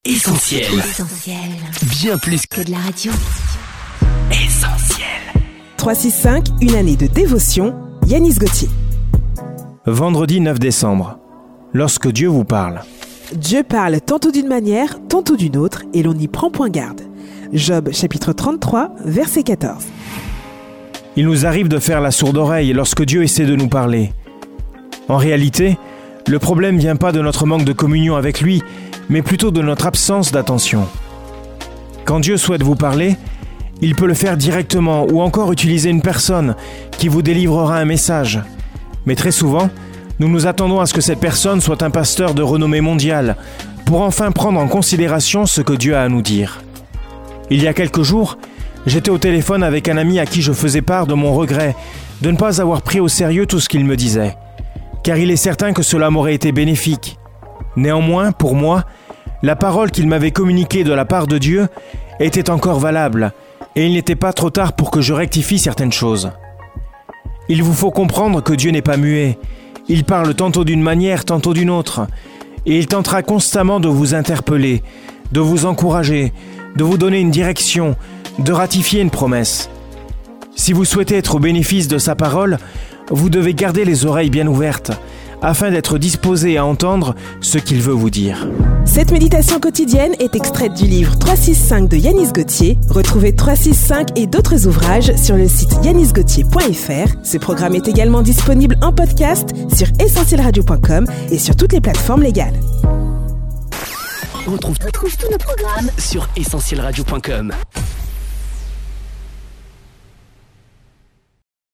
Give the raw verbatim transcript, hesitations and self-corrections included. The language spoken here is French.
Essentiel. Essentiel. Bien plus que de la radio. Essentiel. trois six cinq, une année de dévotion, Yanis Gauthier. Vendredi neuf décembre. Lorsque Dieu vous parle. Dieu parle tantôt d'une manière, tantôt d'une autre, et l'on n'y prend point garde. Job chapitre trente-trois, verset quatorze. Il nous arrive de faire la sourde oreille lorsque Dieu essaie de nous parler. En réalité, le problème ne vient pas de notre manque de communion avec lui, mais plutôt de notre absence d'attention. Quand Dieu souhaite vous parler, il peut le faire directement ou encore utiliser une personne qui vous délivrera un message. Mais très souvent, nous nous attendons à ce que cette personne soit un pasteur de renommée mondiale pour enfin prendre en considération ce que Dieu a à nous dire. Il y a quelques jours, j'étais au téléphone avec un ami à qui je faisais part de mon regret de ne pas avoir pris au sérieux tout ce qu'il me disait, car il est certain que cela m'aurait été bénéfique. Néanmoins, pour moi, la parole qu'il m'avait communiquée de la part de Dieu était encore valable, et il n'était pas trop tard pour que je rectifie certaines choses. Il vous faut comprendre que Dieu n'est pas muet. Il parle tantôt d'une manière, tantôt d'une autre, et il tentera constamment de vous interpeller, de vous encourager, de vous donner une direction, de ratifier une promesse. Si vous souhaitez être au bénéfice de sa parole, vous devez garder les oreilles bien ouvertes, afin d'être disposé à entendre ce qu'il veut vous dire. Cette méditation quotidienne est extraite du livre trois six cinq de Yanis Gauthier. Retrouvez trois six cinq et d'autres ouvrages sur le site yanis gauthier point f r. Ce programme est également disponible en podcast sur essentiel radio point com et sur toutes les plateformes légales. On retrouve, retrouve tous nos programmes sur essentiel radio point com.